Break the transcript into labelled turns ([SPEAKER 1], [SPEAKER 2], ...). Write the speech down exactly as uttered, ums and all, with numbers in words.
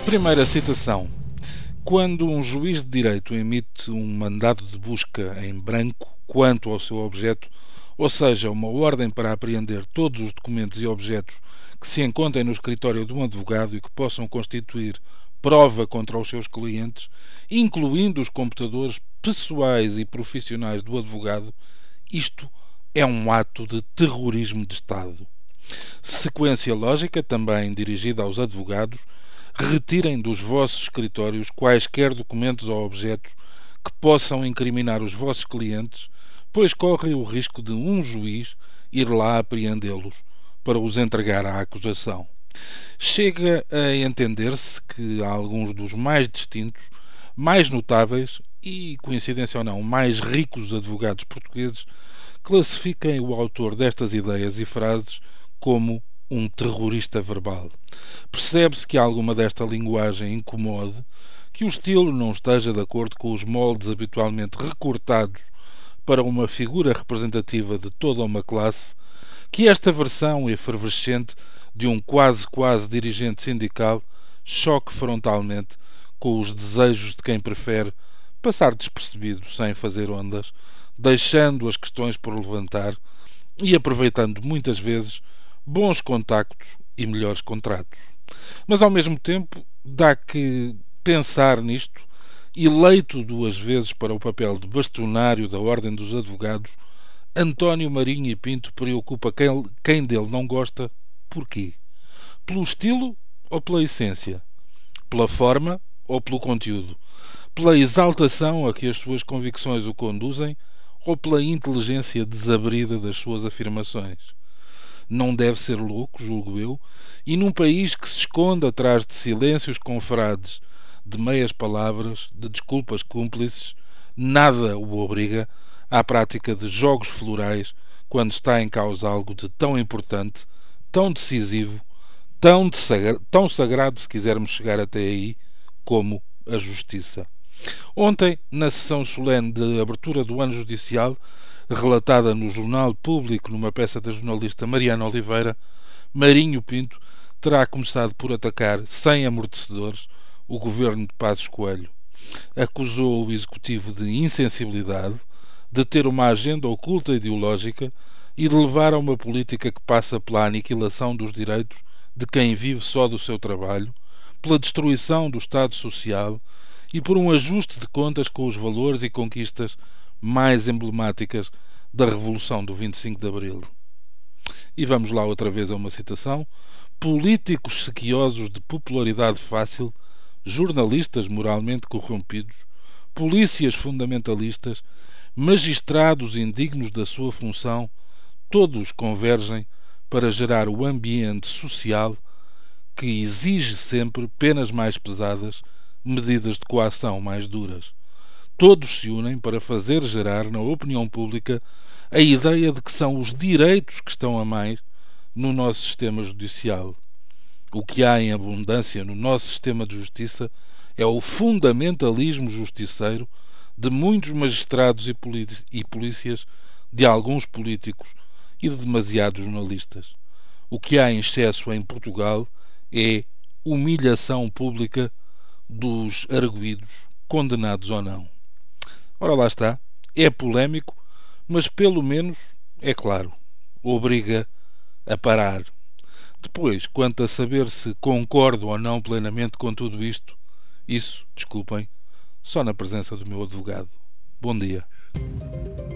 [SPEAKER 1] Primeira citação. Quando um juiz de direito emite um mandado de busca em branco quanto ao seu objeto, ou seja, uma ordem para apreender todos os documentos e objetos que se encontrem no escritório de um advogado e que possam constituir prova contra os seus clientes, incluindo os computadores pessoais e profissionais do advogado, isto é um ato de terrorismo de Estado. Sequência lógica, também dirigida aos advogados: retirem dos vossos escritórios quaisquer documentos ou objetos que possam incriminar os vossos clientes, pois correm o risco de um juiz ir lá apreendê-los para os entregar à acusação. Chega a entender-se que alguns dos mais distintos, mais notáveis e, coincidência ou não, mais ricos advogados portugueses classifiquem o autor destas ideias e frases como um terrorista verbal. Percebe-se que alguma desta linguagem incomode, que o estilo não esteja de acordo com os moldes habitualmente recortados para uma figura representativa de toda uma classe, que esta versão efervescente de um quase-quase dirigente sindical choque frontalmente com os desejos de quem prefere passar despercebido sem fazer ondas, deixando as questões por levantar e aproveitando muitas vezes bons contactos e melhores contratos. Mas ao mesmo tempo dá que pensar nisto. Eleito duas vezes para o papel de bastonário da Ordem dos Advogados, António Marinho e Pinto preocupa quem, quem dele não gosta. Porquê? Pelo estilo ou pela essência? Pela forma ou pelo conteúdo? Pela exaltação a que as suas convicções o conduzem ou pela inteligência desabrida das suas afirmações? Não deve ser louco, julgo eu, e num país que se esconde atrás de silêncios confrades, de meias palavras, de desculpas cúmplices, nada o obriga à prática de jogos florais quando está em causa algo de tão importante, tão decisivo, tão, de sagra- tão sagrado, se quisermos chegar até aí, como a justiça. Ontem, na sessão solene de abertura do ano judicial, relatada no Jornal Público numa peça da jornalista Mariana Oliveira, Marinho Pinto terá começado por atacar, sem amortecedores, o governo de Passos Coelho. Acusou o executivo de insensibilidade, de ter uma agenda oculta ideológica e de levar a uma política que passa pela aniquilação dos direitos de quem vive só do seu trabalho, pela destruição do Estado Social e por um ajuste de contas com os valores e conquistas mais emblemáticas da Revolução do vinte e cinco de Abril. E vamos lá outra vez a uma citação: políticos sequiosos de popularidade fácil, jornalistas moralmente corrompidos, polícias fundamentalistas, magistrados indignos da sua função, todos convergem para gerar o ambiente social que exige sempre penas mais pesadas, medidas de coação mais duras. Todos se unem para fazer gerar na opinião pública a ideia de que são os direitos que estão a mais no nosso sistema judicial. O que há em abundância no nosso sistema de justiça é o fundamentalismo justiceiro de muitos magistrados e polícias, de alguns políticos e de demasiados jornalistas. O que há em excesso em Portugal é humilhação pública dos arguidos, condenados ou não. Ora, lá está. É polémico, mas pelo menos, é claro, obriga a parar. Depois, quanto a saber se concordo ou não plenamente com tudo isto, isso, desculpem, só na presença do meu advogado. Bom dia.